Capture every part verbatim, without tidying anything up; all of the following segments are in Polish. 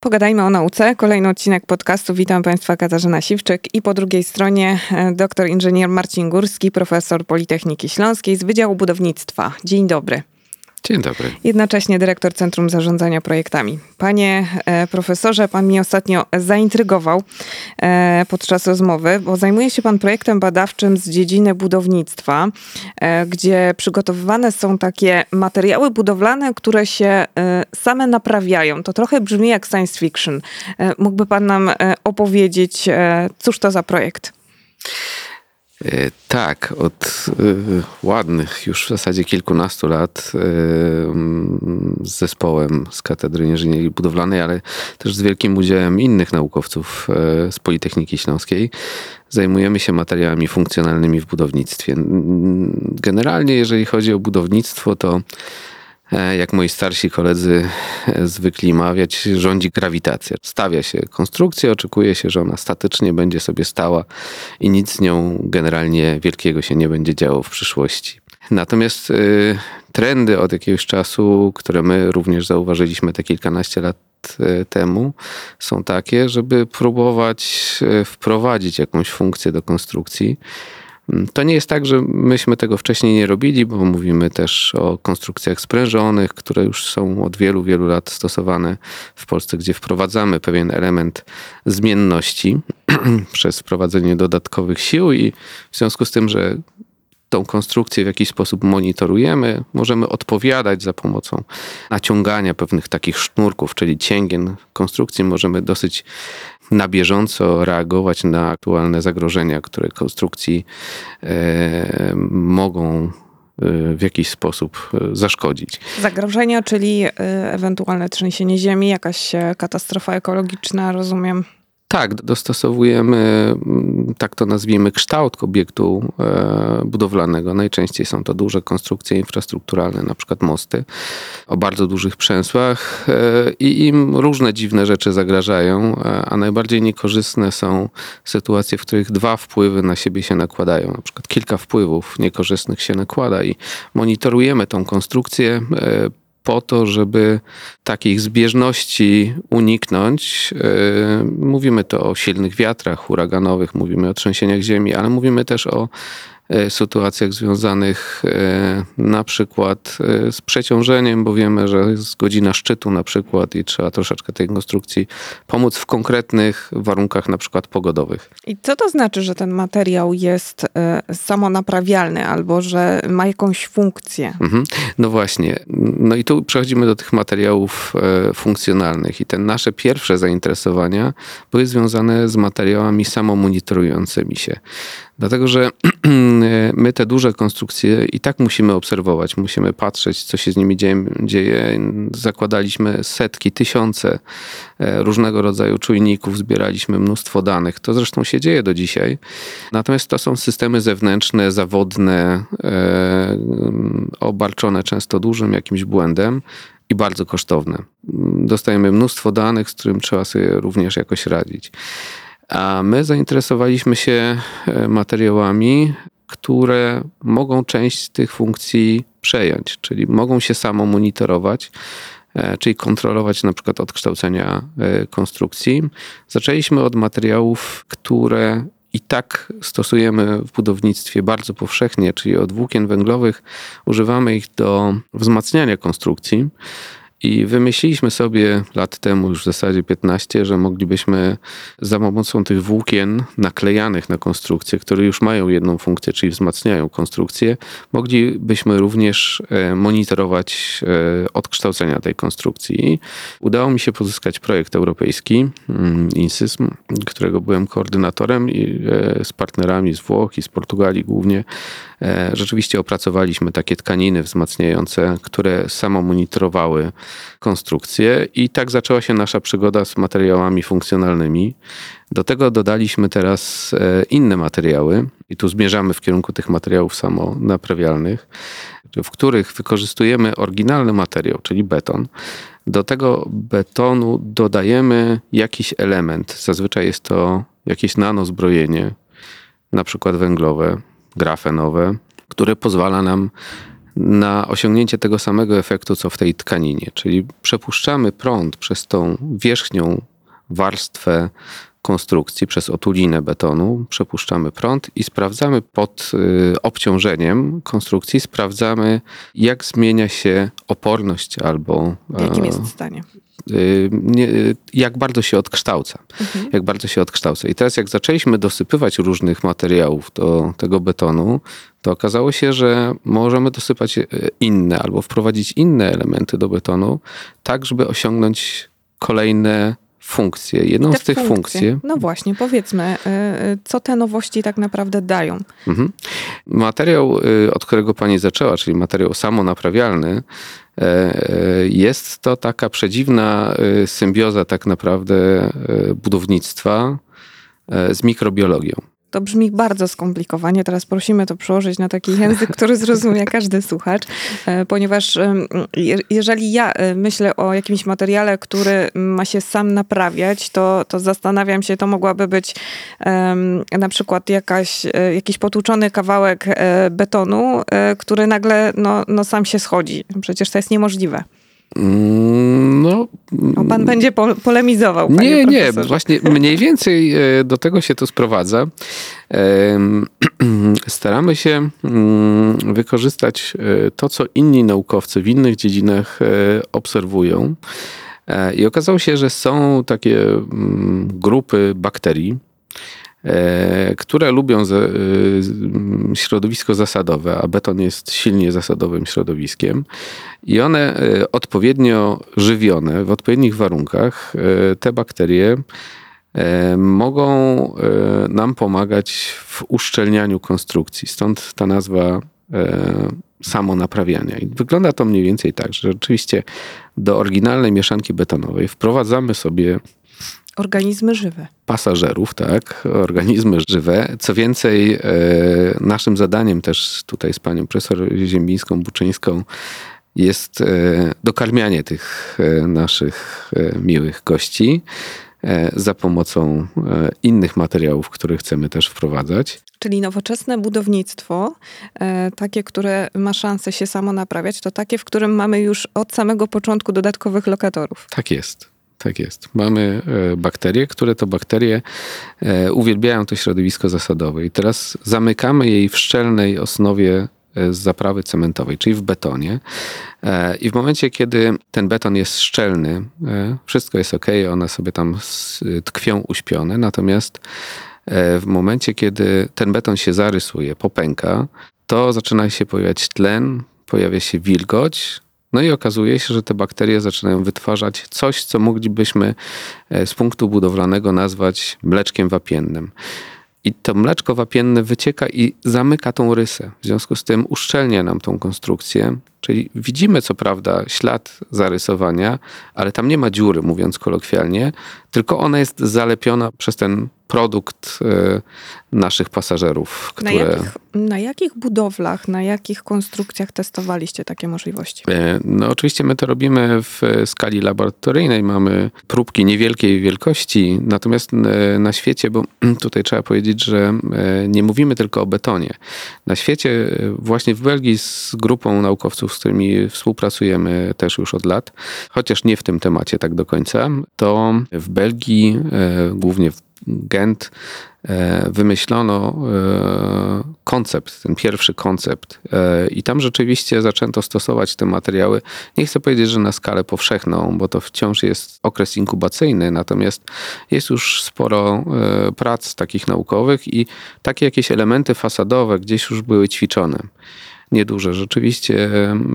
Pogadajmy o nauce. Kolejny odcinek podcastu. Witam Państwa, Katarzyna Siwczyk i po drugiej stronie doktor inżynier Marcin Górski, profesor Politechniki Śląskiej z Wydziału Budownictwa. Dzień dobry. Dzień dobry. Jednocześnie dyrektor Centrum Zarządzania Projektami. Panie e, profesorze, pan mnie ostatnio zaintrygował e, podczas rozmowy, bo zajmuje się pan projektem badawczym z dziedziny budownictwa, e, gdzie przygotowywane są takie materiały budowlane, które się e, same naprawiają. To trochę brzmi jak science fiction. E, mógłby pan nam e, opowiedzieć, e, cóż to za projekt? Tak, od y, ładnych już w zasadzie kilkunastu lat y, z zespołem z Katedry Inżynierii Budowlanej, ale też z wielkim udziałem innych naukowców y, z Politechniki Śląskiej zajmujemy się materiałami funkcjonalnymi w budownictwie. Generalnie jeżeli chodzi o budownictwo, to jak moi starsi koledzy zwykli mawiać, rządzi grawitacja. Stawia się konstrukcję, oczekuje się, że ona statycznie będzie sobie stała i nic z nią generalnie wielkiego się nie będzie działo w przyszłości. Natomiast y, trendy od jakiegoś czasu, które my również zauważyliśmy te kilkanaście lat temu, są takie, żeby próbować wprowadzić jakąś funkcję do konstrukcji. To nie jest tak, że myśmy tego wcześniej nie robili, bo mówimy też o konstrukcjach sprężonych, które już są od wielu, wielu lat stosowane w Polsce, gdzie wprowadzamy pewien element zmienności przez wprowadzenie dodatkowych sił i w związku z tym, że tą konstrukcję w jakiś sposób monitorujemy, możemy odpowiadać za pomocą naciągania pewnych takich sznurków, czyli cięgien konstrukcji. Możemy dosyć na bieżąco reagować na aktualne zagrożenia, które konstrukcji e, mogą w jakiś sposób zaszkodzić. Zagrożenia, czyli ewentualne trzęsienie ziemi, jakaś katastrofa ekologiczna, rozumiem. Tak, dostosowujemy, tak to nazwijmy, kształt obiektu budowlanego. Najczęściej są to duże konstrukcje infrastrukturalne, na przykład mosty o bardzo dużych przęsłach i im różne dziwne rzeczy zagrażają, a najbardziej niekorzystne są sytuacje, w których dwa wpływy na siebie się nakładają. Na przykład kilka wpływów niekorzystnych się nakłada i monitorujemy tą konstrukcję po to, żeby takich zbieżności uniknąć. Mówimy to o silnych wiatrach huraganowych, mówimy o trzęsieniach ziemi, ale mówimy też o sytuacjach związanych na przykład z przeciążeniem, bo wiemy, że jest godzina szczytu na przykład i trzeba troszeczkę tej konstrukcji pomóc w konkretnych warunkach na przykład pogodowych. I co to znaczy, że ten materiał jest samonaprawialny albo że ma jakąś funkcję? Mhm. No właśnie. No i tu przechodzimy do tych materiałów funkcjonalnych i te nasze pierwsze zainteresowania były związane z materiałami samomonitorującymi się. Dlatego, że my te duże konstrukcje i tak musimy obserwować, musimy patrzeć, co się z nimi dzieje. Zakładaliśmy setki, tysiące różnego rodzaju czujników, zbieraliśmy mnóstwo danych. To zresztą się dzieje do dzisiaj. Natomiast to są systemy zewnętrzne, zawodne, obarczone często dużym jakimś błędem i bardzo kosztowne. Dostajemy mnóstwo danych, z którym trzeba sobie również jakoś radzić. A my zainteresowaliśmy się materiałami, które mogą część z tych funkcji przejąć, czyli mogą się samo monitorować, czyli kontrolować na przykład odkształcenia konstrukcji. Zaczęliśmy od materiałów, które i tak stosujemy w budownictwie bardzo powszechnie, czyli od włókien węglowych. Używamy ich do wzmacniania konstrukcji. I wymyśliliśmy sobie lat temu, już w zasadzie piętnaście, że moglibyśmy za pomocą tych włókien naklejanych na konstrukcje, które już mają jedną funkcję, czyli wzmacniają konstrukcję, moglibyśmy również monitorować odkształcenia tej konstrukcji. I udało mi się pozyskać projekt europejski, INSYSM, którego byłem koordynatorem i z partnerami z Włoch i z Portugalii głównie. Rzeczywiście opracowaliśmy takie tkaniny wzmacniające, które samo monitorowały konstrukcję i tak zaczęła się nasza przygoda z materiałami funkcjonalnymi. Do tego dodaliśmy teraz inne materiały i tu zmierzamy w kierunku tych materiałów samonaprawialnych, w których wykorzystujemy oryginalny materiał, czyli beton. Do tego betonu dodajemy jakiś element. Zazwyczaj jest to jakieś nanozbrojenie, na przykład węglowe, grafenowe, które pozwala nam na osiągnięcie tego samego efektu, co w tej tkaninie. Czyli przepuszczamy prąd przez tą wierzchnią warstwę konstrukcji, przez otulinę betonu, przepuszczamy prąd i sprawdzamy pod y, obciążeniem konstrukcji, sprawdzamy, jak zmienia się oporność albo... W jakim jest stanie? Y, nie, jak bardzo się odkształca. Mhm. Jak bardzo się odkształca. I teraz jak zaczęliśmy dosypywać różnych materiałów do tego betonu, to okazało się, że możemy dosypać inne albo wprowadzić inne elementy do betonu, tak żeby osiągnąć kolejne funkcje. Jedną z tych funkcji... No właśnie, powiedzmy, co te nowości tak naprawdę dają? Mhm. Materiał, od którego pani zaczęła, czyli materiał samonaprawialny, jest to taka przedziwna symbioza tak naprawdę budownictwa z mikrobiologią. To brzmi bardzo skomplikowanie. Teraz prosimy to przełożyć na taki język, który zrozumie każdy słuchacz, ponieważ jeżeli ja myślę o jakimś materiale, który ma się sam naprawiać, to, to zastanawiam się, to mogłaby być um, na przykład jakaś, jakiś potłuczony kawałek betonu, który nagle no, no sam się schodzi. Przecież to jest niemożliwe. No, o, pan będzie po, polemizował, panie Nie, profesorze. nie, właśnie mniej więcej do tego się to sprowadza. Staramy się wykorzystać to, co inni naukowcy w innych dziedzinach obserwują. I okazało się, że są takie grupy bakterii, które lubią środowisko zasadowe, a beton jest silnie zasadowym środowiskiem. I one odpowiednio żywione, w odpowiednich warunkach, te bakterie mogą nam pomagać w uszczelnianiu konstrukcji. Stąd ta nazwa samonaprawiania. I wygląda to mniej więcej tak, że rzeczywiście do oryginalnej mieszanki betonowej wprowadzamy sobie organizmy żywe. Pasażerów, tak, organizmy żywe. Co więcej, naszym zadaniem też tutaj z panią profesor Ziembińską-Buczyńską jest dokarmianie tych naszych miłych gości za pomocą innych materiałów, które chcemy też wprowadzać. Czyli nowoczesne budownictwo, takie, które ma szansę się samo naprawiać, to takie, w którym mamy już od samego początku dodatkowych lokatorów. Tak jest. Tak jest. Mamy bakterie, które to bakterie uwielbiają to środowisko zasadowe. I teraz zamykamy jej w szczelnej osnowie z zaprawy cementowej, czyli w betonie. I w momencie, kiedy ten beton jest szczelny, wszystko jest ok, one sobie tam tkwią uśpione. Natomiast w momencie, kiedy ten beton się zarysuje, popęka, to zaczyna się pojawiać tlen, pojawia się wilgoć. No i okazuje się, że te bakterie zaczynają wytwarzać coś, co moglibyśmy z punktu budowlanego nazwać mleczkiem wapiennym. I to mleczko wapienne wycieka i zamyka tą rysę. W związku z tym uszczelnia nam tą konstrukcję. Czyli widzimy co prawda ślad zarysowania, ale tam nie ma dziury, mówiąc kolokwialnie, tylko ona jest zalepiona przez ten produkt naszych pasażerów. Które... Na jakich, na jakich budowlach, na jakich konstrukcjach testowaliście takie możliwości? No oczywiście my to robimy w skali laboratoryjnej. Mamy próbki niewielkiej wielkości, natomiast na świecie, bo tutaj trzeba powiedzieć, że nie mówimy tylko o betonie. Na świecie, właśnie w Belgii z grupą naukowców, z którymi współpracujemy też już od lat, chociaż nie w tym temacie tak do końca, to w Belgii, głównie w Gent, wymyślono koncept, ten pierwszy koncept i tam rzeczywiście zaczęto stosować te materiały. Nie chcę powiedzieć, że na skalę powszechną, bo to wciąż jest okres inkubacyjny, natomiast jest już sporo prac takich naukowych i takie jakieś elementy fasadowe gdzieś już były ćwiczone. Nieduże. Rzeczywiście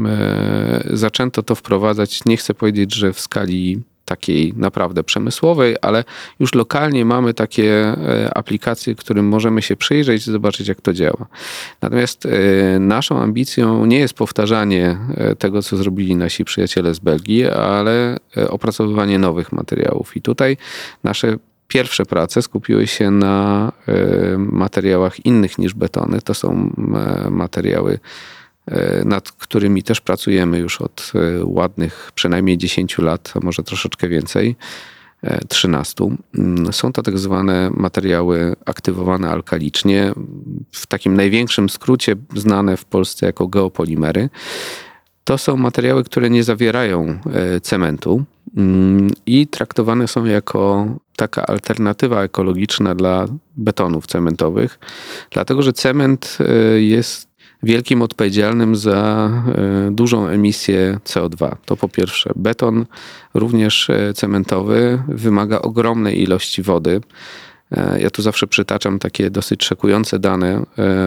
zaczęto to wprowadzać, nie chcę powiedzieć, że w skali takiej naprawdę przemysłowej, ale już lokalnie mamy takie aplikacje, którym możemy się przyjrzeć i zobaczyć, jak to działa. Natomiast naszą ambicją nie jest powtarzanie tego, co zrobili nasi przyjaciele z Belgii, ale opracowywanie nowych materiałów. I tutaj nasze pierwsze prace skupiły się na materiałach innych niż betony. To są materiały, nad którymi też pracujemy już od ładnych przynajmniej dziesięciu lat, a może troszeczkę więcej. trzynastu. Są to tak zwane materiały aktywowane alkalicznie, w takim największym skrócie znane w Polsce jako geopolimery. To są materiały, które nie zawierają cementu i traktowane są jako taka alternatywa ekologiczna dla betonów cementowych, dlatego że cement jest wielkim odpowiedzialnym za dużą emisję C O dwa. To po pierwsze. Beton, również cementowy, wymaga ogromnej ilości wody. Ja tu zawsze przytaczam takie dosyć szokujące dane,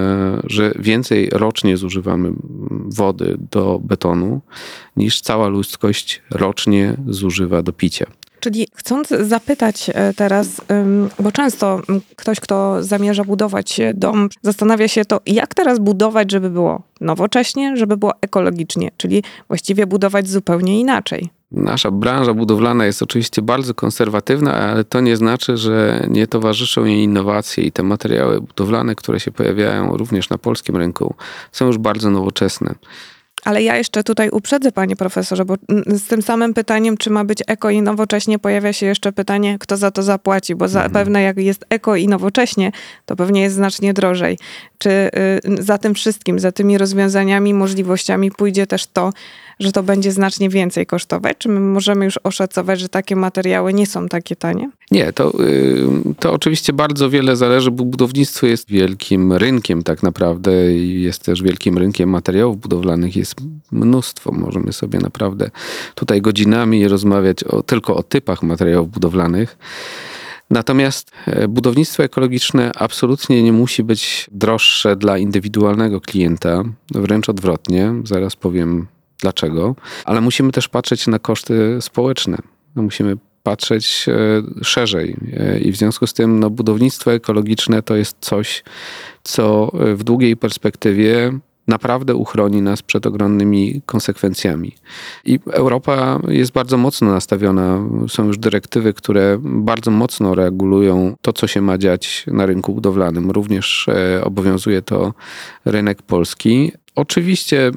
że więcej rocznie zużywamy wody do betonu niż cała ludzkość rocznie zużywa do picia. Czyli chcąc zapytać teraz, bo często ktoś, kto zamierza budować dom, zastanawia się to, jak teraz budować, żeby było nowocześnie, żeby było ekologicznie, czyli właściwie budować zupełnie inaczej. Nasza branża budowlana jest oczywiście bardzo konserwatywna, ale to nie znaczy, że nie towarzyszą jej innowacje i te materiały budowlane, które się pojawiają również na polskim rynku, są już bardzo nowoczesne. Ale ja jeszcze tutaj uprzedzę, panie profesorze, bo z tym samym pytaniem, czy ma być eko i nowocześnie, pojawia się jeszcze pytanie, kto za to zapłaci, bo zapewne mhm. jak jest eko i nowocześnie, to pewnie jest znacznie drożej. Czy y, za tym wszystkim, za tymi rozwiązaniami, możliwościami pójdzie też to, że to będzie znacznie więcej kosztować? Czy my możemy już oszacować, że takie materiały nie są takie tanie? Nie, to, to oczywiście bardzo wiele zależy, bo budownictwo jest wielkim rynkiem tak naprawdę i jest też wielkim rynkiem materiałów budowlanych. Jest mnóstwo. Możemy sobie naprawdę tutaj godzinami rozmawiać o, tylko o typach materiałów budowlanych. Natomiast budownictwo ekologiczne absolutnie nie musi być droższe dla indywidualnego klienta, wręcz odwrotnie. Zaraz powiem dlaczego, ale musimy też patrzeć na koszty społeczne. Musimy patrzeć szerzej i w związku z tym no, budownictwo ekologiczne to jest coś, co w długiej perspektywie naprawdę uchroni nas przed ogromnymi konsekwencjami. I Europa jest bardzo mocno nastawiona. Są już dyrektywy, które bardzo mocno regulują to, co się ma dziać na rynku budowlanym. Również obowiązuje to rynek polski. Oczywiście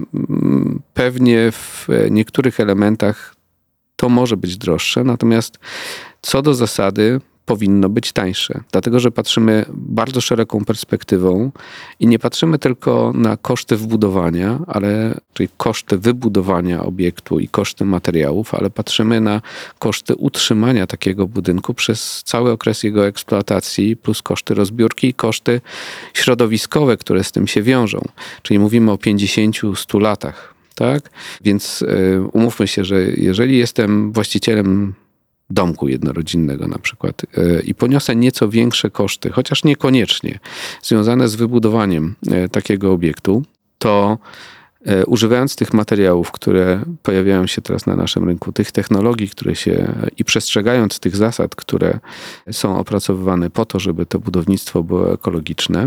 pewnie w niektórych elementach to może być droższe, natomiast co do zasady powinno być tańsze, dlatego że patrzymy bardzo szeroką perspektywą i nie patrzymy tylko na koszty wbudowania, ale, czyli koszty wybudowania obiektu i koszty materiałów, ale patrzymy na koszty utrzymania takiego budynku przez cały okres jego eksploatacji, plus koszty rozbiórki i koszty środowiskowe, które z tym się wiążą. Czyli mówimy o pięćdziesięciu, stu latach. Tak? Więc y, umówmy się, że jeżeli jestem właścicielem domku jednorodzinnego na przykład i poniosę nieco większe koszty, chociaż niekoniecznie związane z wybudowaniem takiego obiektu, to używając tych materiałów, które pojawiają się teraz na naszym rynku, tych technologii, które się i przestrzegając tych zasad, które są opracowywane po to, żeby to budownictwo było ekologiczne,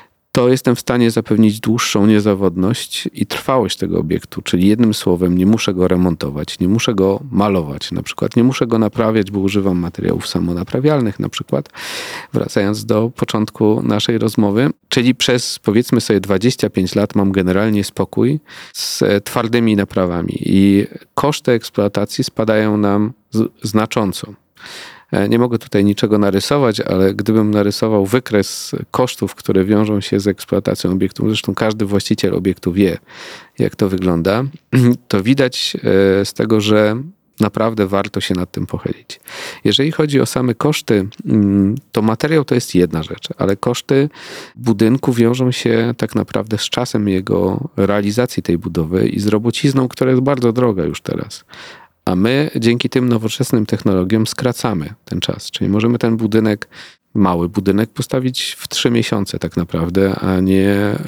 to jestem w stanie zapewnić dłuższą niezawodność i trwałość tego obiektu. Czyli jednym słowem nie muszę go remontować, nie muszę go malować na przykład, nie muszę go naprawiać, bo używam materiałów samonaprawialnych na przykład, wracając do początku naszej rozmowy. Czyli przez powiedzmy sobie dwadzieścia pięć lat mam generalnie spokój z twardymi naprawami i koszty eksploatacji spadają nam z- znacząco. Nie mogę tutaj niczego narysować, ale gdybym narysował wykres kosztów, które wiążą się z eksploatacją obiektu, zresztą każdy właściciel obiektu wie, jak to wygląda, to widać z tego, że naprawdę warto się nad tym pochylić. Jeżeli chodzi o same koszty, to materiał to jest jedna rzecz, ale koszty budynku wiążą się tak naprawdę z czasem jego realizacji tej budowy i z robocizną, która jest bardzo droga już teraz. A my dzięki tym nowoczesnym technologiom skracamy ten czas. Czyli możemy ten budynek, mały budynek postawić w trzy miesiące tak naprawdę, a nie e,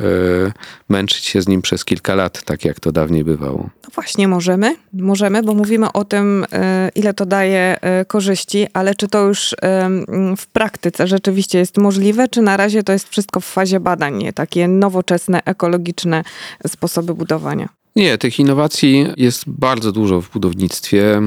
męczyć się z nim przez kilka lat, tak jak to dawniej bywało. No właśnie możemy, możemy, bo mówimy o tym, ile to daje korzyści, ale czy to już w praktyce rzeczywiście jest możliwe, czy na razie to jest wszystko w fazie badań, takie nowoczesne, ekologiczne sposoby budowania? Nie, tych innowacji jest bardzo dużo w budownictwie.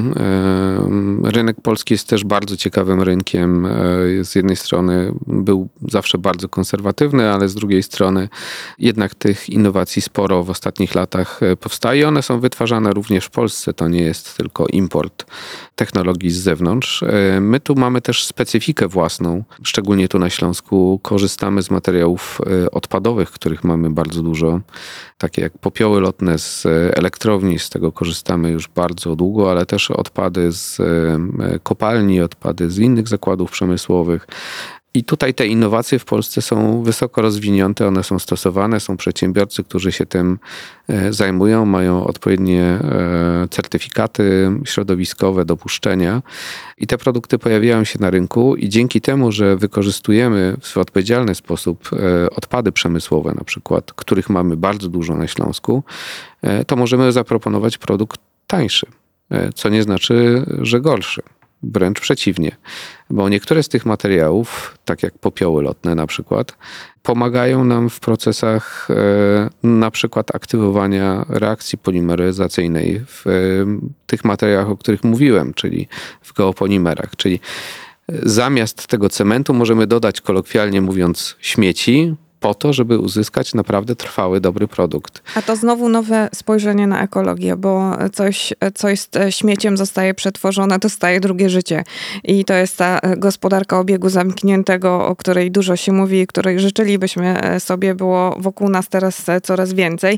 Rynek polski jest też bardzo ciekawym rynkiem. Z jednej strony był zawsze bardzo konserwatywny, ale z drugiej strony jednak tych innowacji sporo w ostatnich latach powstaje. One są wytwarzane również w Polsce. To nie jest tylko import technologii z zewnątrz. My tu mamy też specyfikę własną, szczególnie tu na Śląsku. Korzystamy z materiałów odpadowych, których mamy bardzo dużo, takie jak popioły lotne z elektrowni, z tego korzystamy już bardzo długo, ale też odpady z kopalni, odpady z innych zakładów przemysłowych. I tutaj te innowacje w Polsce są wysoko rozwinięte, one są stosowane, są przedsiębiorcy, którzy się tym zajmują, mają odpowiednie certyfikaty środowiskowe, dopuszczenia i te produkty pojawiają się na rynku i dzięki temu, że wykorzystujemy w odpowiedzialny sposób odpady przemysłowe na przykład, których mamy bardzo dużo na Śląsku, to możemy zaproponować produkt tańszy, co nie znaczy, że gorszy. Wręcz przeciwnie, bo niektóre z tych materiałów, tak jak popioły lotne na przykład, pomagają nam w procesach e, na przykład aktywowania reakcji polimeryzacyjnej w e, tych materiałach, o których mówiłem, czyli w geopolimerach, czyli zamiast tego cementu możemy dodać, kolokwialnie mówiąc, śmieci, po to, żeby uzyskać naprawdę trwały, dobry produkt. A to znowu nowe spojrzenie na ekologię, bo coś, co jest śmieciem, zostaje przetworzone, dostaje drugie życie. I to jest ta gospodarka obiegu zamkniętego, o której dużo się mówi, której życzylibyśmy sobie, było wokół nas teraz coraz więcej.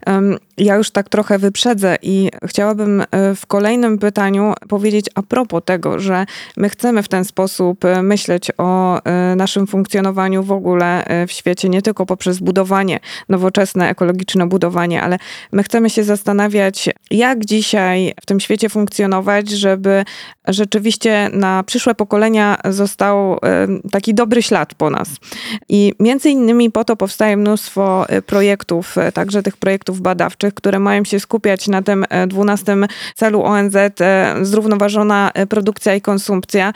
Ja już tak trochę wyprzedzę i chciałabym w kolejnym pytaniu powiedzieć a propos tego, że my chcemy w ten sposób myśleć o naszym funkcjonowaniu w ogóle w świecie, nie tylko poprzez budowanie, nowoczesne, ekologiczne budowanie, ale my chcemy się zastanawiać, jak dzisiaj w tym świecie funkcjonować, żeby rzeczywiście na przyszłe pokolenia został taki dobry ślad po nas. I między innymi po to powstaje mnóstwo projektów, także tych projektów badawczych, które mają się skupiać na tym dwunastym celu O N Z, zrównoważona produkcja i konsumpcja.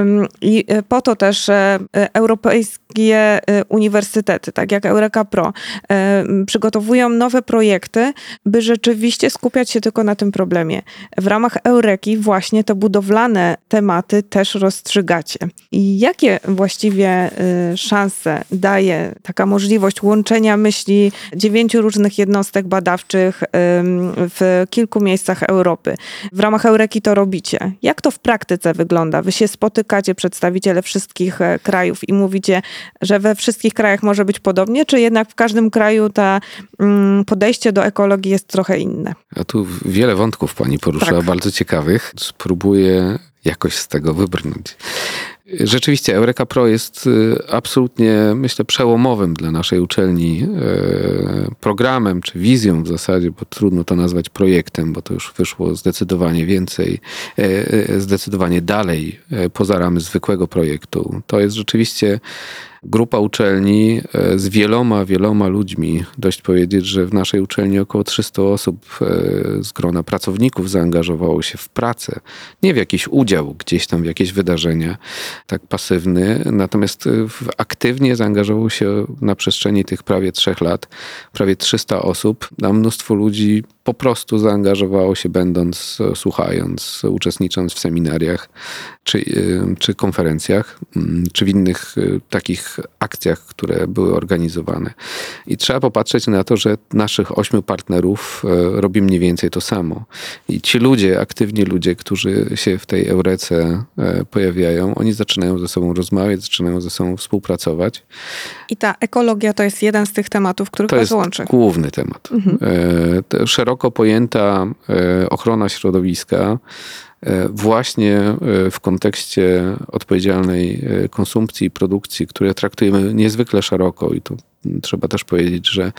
I po to też europejskie uniwersytety, tak jak Eureka Pro, przygotowują nowe projekty, by rzeczywiście skupiać się tylko na tym problemie. W ramach Eureki właśnie te budowlane tematy też rozstrzygacie. I jakie właściwie szanse daje taka możliwość łączenia myśli dziewięciu różnych jednostek badawczych w kilku miejscach Europy? W ramach Eureki to robicie. Jak to w praktyce wygląda? Wy się spotykacie, przedstawiciele wszystkich krajów i mówicie, że we wszystkich krajach może być podobnie, czy jednak w każdym kraju to podejście do ekologii jest trochę inne? A tu wiele wątków pani poruszyła, tak, bardzo ciekawych. Spróbuję jakoś z tego wybrnąć. Rzeczywiście Eureka Pro jest absolutnie, myślę, przełomowym dla naszej uczelni programem, czy wizją w zasadzie, bo trudno to nazwać projektem, bo to już wyszło zdecydowanie więcej, zdecydowanie dalej poza ramy zwykłego projektu. To jest rzeczywiście grupa uczelni z wieloma, wieloma ludźmi. Dość powiedzieć, że w naszej uczelni około trzysta osób z grona pracowników zaangażowało się w pracę. Nie w jakiś udział gdzieś tam, w jakieś wydarzenia, tak pasywny. Natomiast aktywnie zaangażowało się na przestrzeni tych prawie trzech lat, prawie trzysta osób, a mnóstwo ludzi po prostu zaangażowało się, będąc, słuchając, uczestnicząc w seminariach, czy, czy konferencjach, czy w innych takich akcjach, które były organizowane. I trzeba popatrzeć na to, że naszych ośmiu partnerów robi mniej więcej to samo. I ci ludzie, aktywni ludzie, którzy się w tej Eurece pojawiają, oni zaczynają ze sobą rozmawiać, zaczynają ze sobą współpracować. I ta ekologia to jest jeden z tych tematów, których was łączy. To jest główny temat. Mhm. Szeroko pojęta ochrona środowiska, właśnie w kontekście odpowiedzialnej konsumpcji i produkcji, które traktujemy niezwykle szeroko i tu trzeba też powiedzieć, że,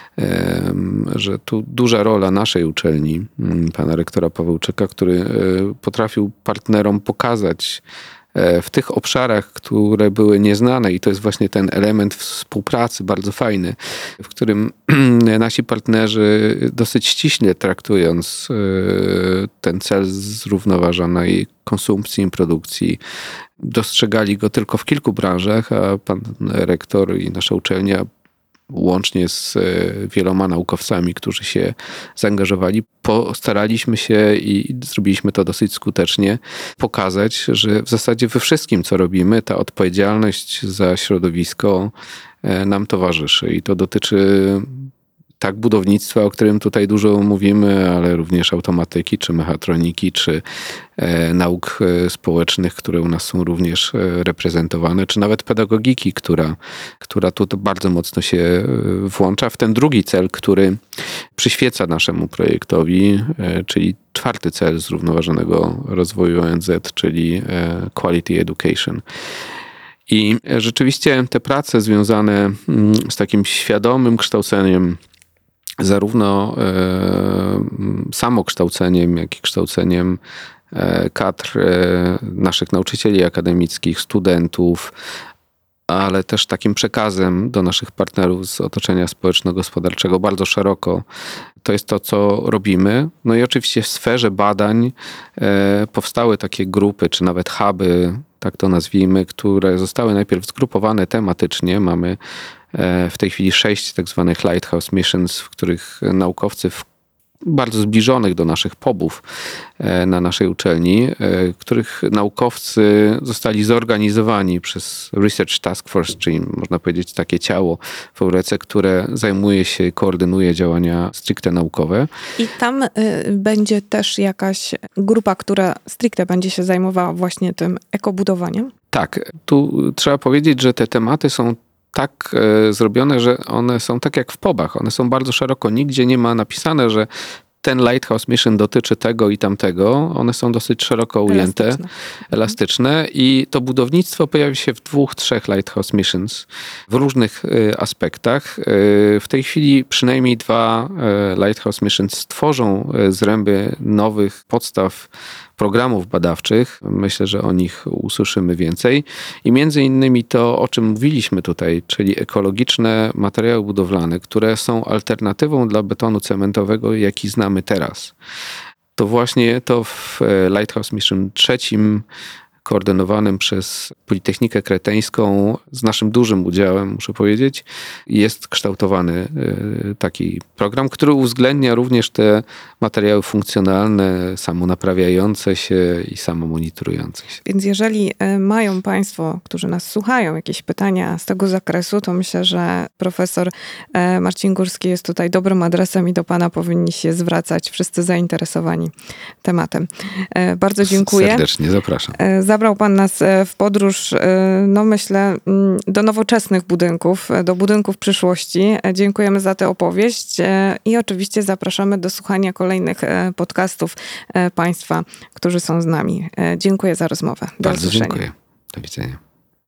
że tu duża rola naszej uczelni, pana rektora Pawełczyka, który potrafił partnerom pokazać w tych obszarach, które były nieznane i to jest właśnie ten element współpracy bardzo fajny, w którym nasi partnerzy dosyć ściśle traktując ten cel zrównoważonej konsumpcji i produkcji, dostrzegali go tylko w kilku branżach, a pan rektor i nasza uczelnia łącznie z wieloma naukowcami, którzy się zaangażowali, postaraliśmy się i zrobiliśmy to dosyć skutecznie, pokazać, że w zasadzie we wszystkim, co robimy, ta odpowiedzialność za środowisko nam towarzyszy. I to dotyczy tak budownictwa, o którym tutaj dużo mówimy, ale również automatyki, czy mechatroniki, czy e, nauk społecznych, które u nas są również reprezentowane, czy nawet pedagogiki, która, która tu bardzo mocno się włącza w ten drugi cel, który przyświeca naszemu projektowi, e, czyli czwarty cel zrównoważonego rozwoju O N Z, czyli e, Quality Education. I rzeczywiście te prace związane z takim świadomym kształceniem, zarówno e, samokształceniem, jak i kształceniem e, kadr e, naszych nauczycieli akademickich, studentów, ale też takim przekazem do naszych partnerów z otoczenia społeczno-gospodarczego bardzo szeroko. To jest to, co robimy. No i oczywiście w sferze badań e, powstały takie grupy, czy nawet huby, tak to nazwijmy, które zostały najpierw zgrupowane tematycznie. Mamy w tej chwili sześć tak zwanych Lighthouse Missions, w których naukowcy w bardzo zbliżonych do naszych pobów na naszej uczelni, których naukowcy zostali zorganizowani przez Research Task Force, czyli można powiedzieć takie ciało w Eurece, które zajmuje się, koordynuje działania stricte naukowe. I tam y, będzie też jakaś grupa, która stricte będzie się zajmowała właśnie tym ekobudowaniem? Tak, tu trzeba powiedzieć, że te tematy są tak e, zrobione, że one są tak jak w pobach. One są bardzo szeroko. Nigdzie nie ma napisane, że ten Lighthouse Mission dotyczy tego i tamtego. One są dosyć szeroko ujęte, elastyczne. elastyczne i to budownictwo pojawi się w dwóch, trzech Lighthouse Missions w różnych y, aspektach. Y, w tej chwili przynajmniej dwa y, Lighthouse Missions tworzą y, zręby nowych podstaw programów badawczych. Myślę, że o nich usłyszymy więcej. I między innymi to, o czym mówiliśmy tutaj, czyli ekologiczne materiały budowlane, które są alternatywą dla betonu cementowego, jaki znamy teraz. To właśnie to w Lighthouse Mission trzecim, koordynowanym przez Politechnikę Kreteńską, z naszym dużym udziałem, muszę powiedzieć, jest kształtowany taki program, który uwzględnia również te materiały funkcjonalne, samonaprawiające się i samomonitorujące się. Więc jeżeli mają Państwo, którzy nas słuchają, jakieś pytania z tego zakresu, to myślę, że profesor Marcin Górski jest tutaj dobrym adresem i do Pana powinni się zwracać wszyscy zainteresowani tematem. Bardzo dziękuję. Serdecznie zapraszam. Zabrał Pan nas w podróż, no myślę, do nowoczesnych budynków, do budynków przyszłości. Dziękujemy za tę opowieść i oczywiście zapraszamy do słuchania kolejnych podcastów Państwa, którzy są z nami. Dziękuję za rozmowę. Do Bardzo usłyszenia. dziękuję. Do widzenia.